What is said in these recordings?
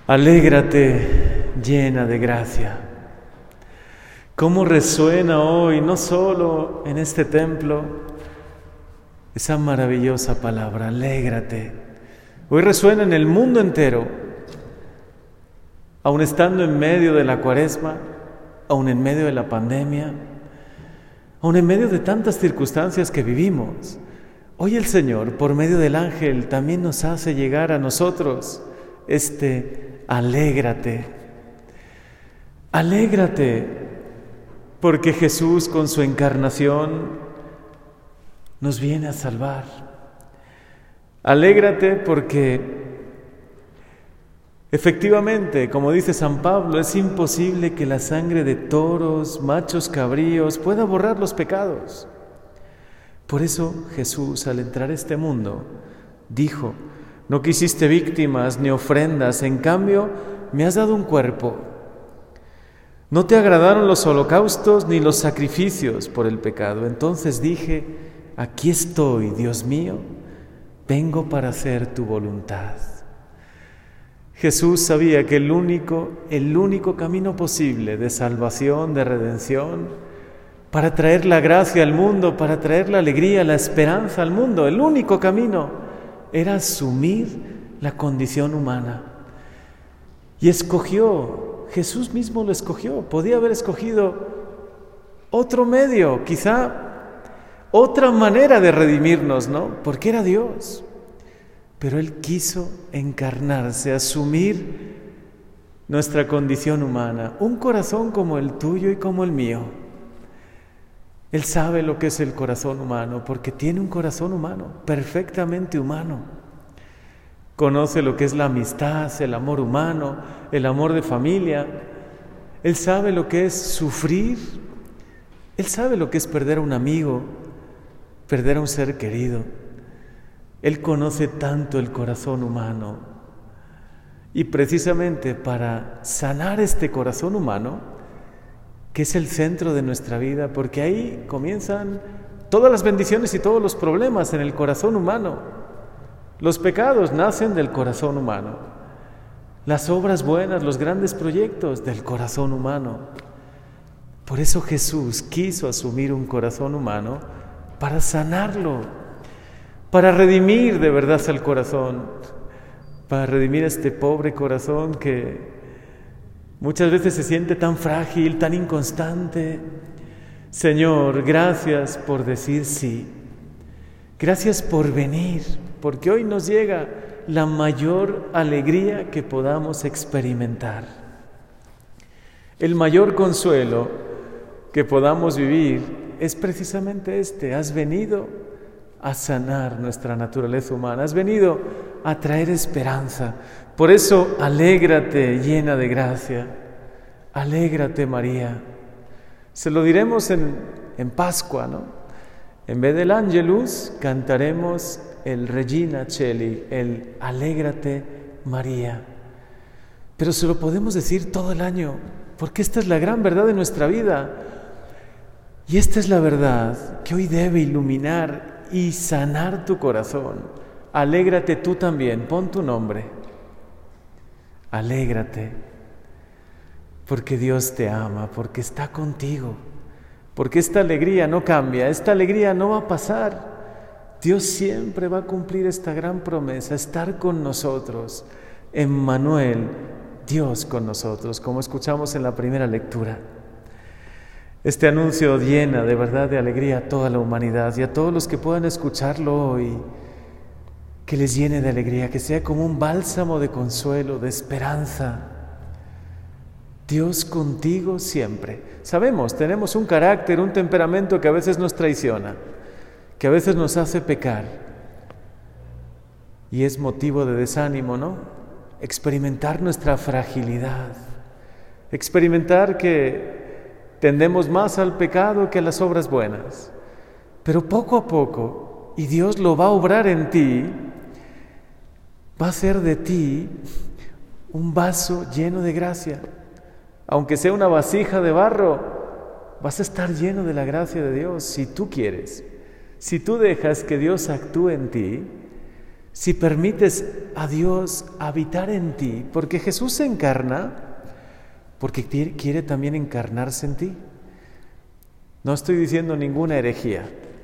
Alégrate, llena de gracia. ¿Cómo resuena hoy, no solo en este templo, esa maravillosa palabra, alégrate? Hoy resuena en el mundo entero, aun estando en medio de la Cuaresma, aun en medio de la pandemia, aun en medio de tantas circunstancias que vivimos. Hoy el Señor, por medio del ángel, también nos hace llegar a nosotros alégrate. Alégrate, porque Jesús con su encarnación nos viene a salvar. Alégrate porque efectivamente, como dice San Pablo, es imposible que la sangre de toros, machos cabríos pueda borrar los pecados. Por eso Jesús, al entrar a este mundo, dijo: no quisiste víctimas ni ofrendas, en cambio me has dado un cuerpo. No te agradaron los holocaustos ni los sacrificios por el pecado. Entonces dije: aquí estoy, Dios mío, vengo para hacer tu voluntad. Jesús sabía que el único camino posible de salvación, de redención, para traer la gracia al mundo, para traer la alegría, la esperanza al mundo, el único camino era asumir la condición humana. Y Jesús mismo lo escogió. Podía haber escogido otro medio, quizá otra manera de redimirnos, ¿no? Porque era Dios. Pero Él quiso encarnarse, asumir nuestra condición humana, un corazón como el tuyo y como el mío. Él sabe lo que es el corazón humano, porque tiene un corazón humano, perfectamente humano. Conoce lo que es la amistad, el amor humano, el amor de familia. Él sabe lo que es sufrir. Él sabe lo que es perder a un amigo, perder a un ser querido. Él conoce tanto el corazón humano. Y precisamente para sanar este corazón humano, que es el centro de nuestra vida, porque ahí comienzan todas las bendiciones y todos los problemas en el corazón humano. Los pecados nacen del corazón humano. Las obras buenas, los grandes proyectos del corazón humano. Por eso Jesús quiso asumir un corazón humano para sanarlo, para redimir de verdad al corazón, para redimir a este pobre corazón que muchas veces se siente tan frágil, tan inconstante. Señor, gracias por decir sí. Gracias por venir, porque hoy nos llega la mayor alegría que podamos experimentar. El mayor consuelo que podamos vivir es precisamente Has venido a sanar nuestra naturaleza humana. Has venido a traer esperanza. Por eso, alégrate, llena de gracia. Alégrate, María. Se lo diremos en Pascua, ¿no? En vez del Angelus, cantaremos el Regina Coeli, el Alégrate, María. Pero se lo podemos decir todo el año, porque esta es la gran verdad de nuestra vida. Y esta es la verdad que hoy debe iluminar y sanar tu corazón. Alégrate tú también, pon tu nombre. Alégrate, porque Dios te ama, porque está contigo, porque esta alegría no cambia, esta alegría no va a pasar. Dios siempre va a cumplir esta gran promesa, estar con nosotros. Emmanuel, Dios con nosotros, como escuchamos en la primera lectura. Este anuncio llena de verdad de alegría a toda la humanidad y a todos los que puedan escucharlo hoy, que les llene de alegría, que sea como un bálsamo de consuelo, de esperanza. Dios contigo siempre. Sabemos, tenemos un carácter, un temperamento que a veces nos traiciona, que a veces nos hace pecar. Y es motivo de desánimo, ¿no? Experimentar nuestra fragilidad, experimentar que tendemos más al pecado que a las obras buenas. Pero poco a poco, y Dios lo va a obrar en ti, va a hacer de ti un vaso lleno de gracia. Aunque sea una vasija de barro, vas a estar lleno de la gracia de Dios si tú quieres. Si tú dejas que Dios actúe en ti, si permites a Dios habitar en ti, porque Jesús se encarna, porque quiere también encarnarse en ti. No estoy diciendo ninguna herejía.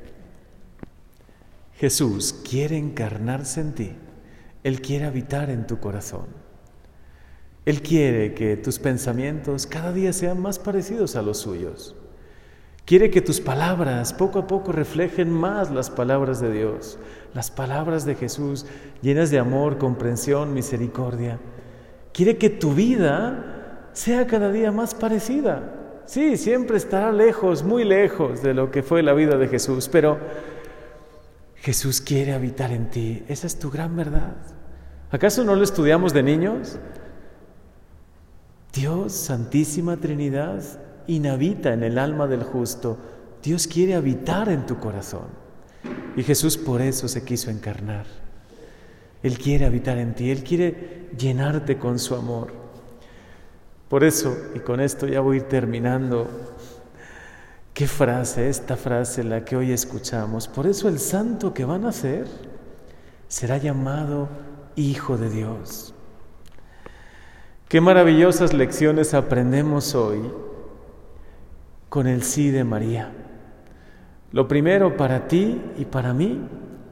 Jesús quiere encarnarse en ti. Él quiere habitar en tu corazón. Él quiere que tus pensamientos cada día sean más parecidos a los suyos. Quiere que tus palabras poco a poco reflejen más las palabras de Dios, las palabras de Jesús, llenas de amor, comprensión, misericordia. Quiere que tu vida sea cada día más parecida. Sí, siempre estará lejos, muy lejos de lo que fue la vida de Jesús, pero Jesús quiere habitar en ti. Esa es tu gran verdad. ¿Acaso no lo estudiamos de niños? Dios, Santísima Trinidad, inhabita en el alma del justo. Dios quiere habitar en tu corazón. Y Jesús por eso se quiso encarnar. Él quiere habitar en ti, Él quiere llenarte con su amor. Por eso, y con esto ya voy a ir terminando, ¿qué frase? Esta frase, la que hoy escuchamos. Por eso el santo que va a nacer será llamado Hijo de Dios. Qué maravillosas lecciones aprendemos hoy con el sí de María. Lo primero para ti y para mí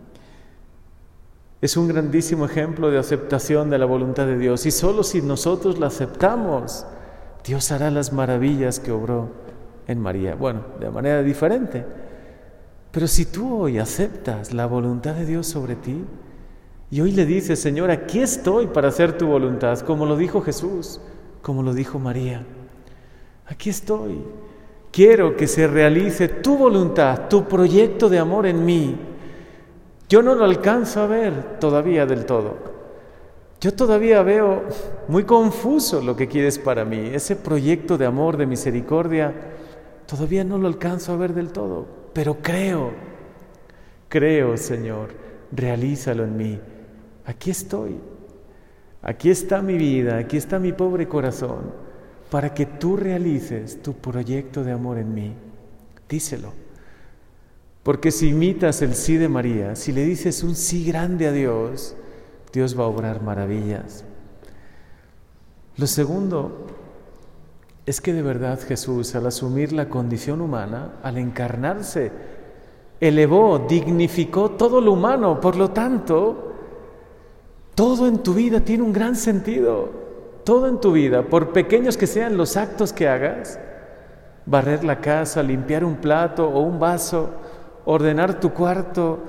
es un grandísimo ejemplo de aceptación de la voluntad de Dios. Y solo si nosotros la aceptamos, Dios hará las maravillas que obró en María. Bueno, de manera diferente. Pero si tú hoy aceptas la voluntad de Dios sobre ti, y hoy le dices, Señor, aquí estoy para hacer tu voluntad, como lo dijo Jesús, como lo dijo María. Aquí estoy. Quiero que se realice tu voluntad, tu proyecto de amor en mí. Yo no lo alcanzo a ver todavía del todo. Yo todavía veo muy confuso lo que quieres para mí. Ese proyecto de amor, de misericordia, todavía no lo alcanzo a ver del todo. Pero creo, Señor, realízalo en mí. Aquí estoy. Aquí está mi vida, aquí está mi pobre corazón, para que tú realices tu proyecto de amor en mí. Díselo. Porque si imitas el sí de María, si le dices un sí grande a Dios, Dios va a obrar maravillas. Lo segundo es que de verdad Jesús, al asumir la condición humana, al encarnarse, elevó, dignificó todo lo humano. Por lo tanto, todo en tu vida tiene un gran sentido. Todo en tu vida, por pequeños que sean los actos que hagas, barrer la casa, limpiar un plato o un vaso, ordenar tu cuarto,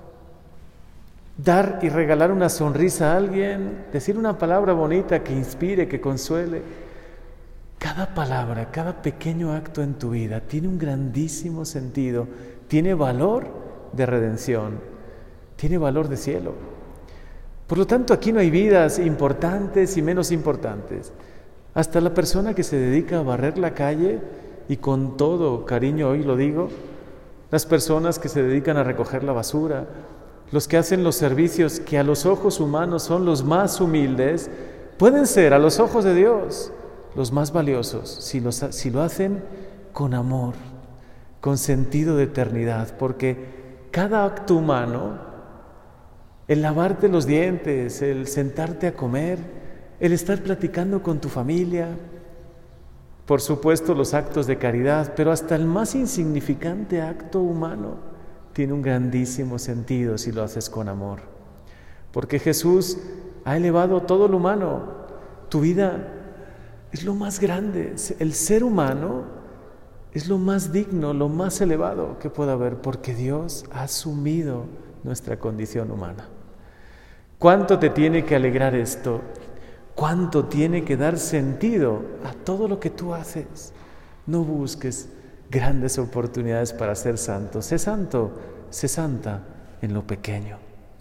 dar y regalar una sonrisa a alguien, decir una palabra bonita que inspire, que consuele. Cada palabra, cada pequeño acto en tu vida tiene un grandísimo sentido, tiene valor de redención, tiene valor de cielo. Por lo tanto, aquí no hay vidas importantes y menos importantes. Hasta la persona que se dedica a barrer la calle, y con todo cariño hoy lo digo, las personas que se dedican a recoger la basura, los que hacen los servicios que a los ojos humanos son los más humildes, pueden ser a los ojos de Dios los más valiosos si lo hacen con amor, con sentido de eternidad, porque cada acto humano, el lavarte los dientes, el sentarte a comer, el estar platicando con tu familia, por supuesto los actos de caridad, pero hasta el más insignificante acto humano tiene un grandísimo sentido si lo haces con amor. Porque Jesús ha elevado todo lo humano. Tu vida es lo más grande. El ser humano es lo más digno, lo más elevado que pueda haber, porque Dios ha asumido nuestra condición humana. ¿Cuánto te tiene que alegrar esto? ¿Cuánto tiene que dar sentido a todo lo que tú haces? No busques grandes oportunidades para ser santo. Sé santo, sé santa en lo pequeño.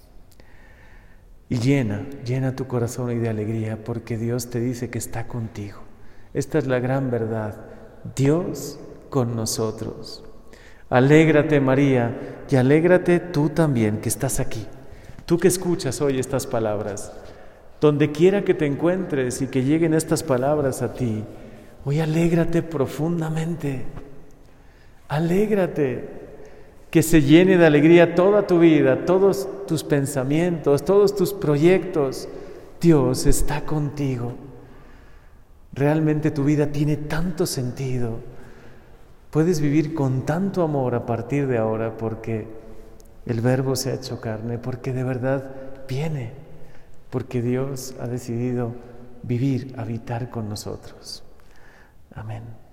Y llena tu corazón hoy de alegría, porque Dios te dice que está contigo. Esta es la gran verdad. Dios con nosotros. Alégrate, María, y alégrate tú también que estás aquí. Tú que escuchas hoy estas palabras, donde quiera que te encuentres y que lleguen estas palabras a ti, hoy alégrate profundamente. Alégrate. que se llene de alegría toda tu vida, todos tus pensamientos, todos tus proyectos. Dios está contigo. Realmente tu vida tiene tanto sentido. Puedes vivir con tanto amor a partir de ahora porque el Verbo se ha hecho carne, porque de verdad viene, porque Dios ha decidido vivir, habitar con nosotros. Amén.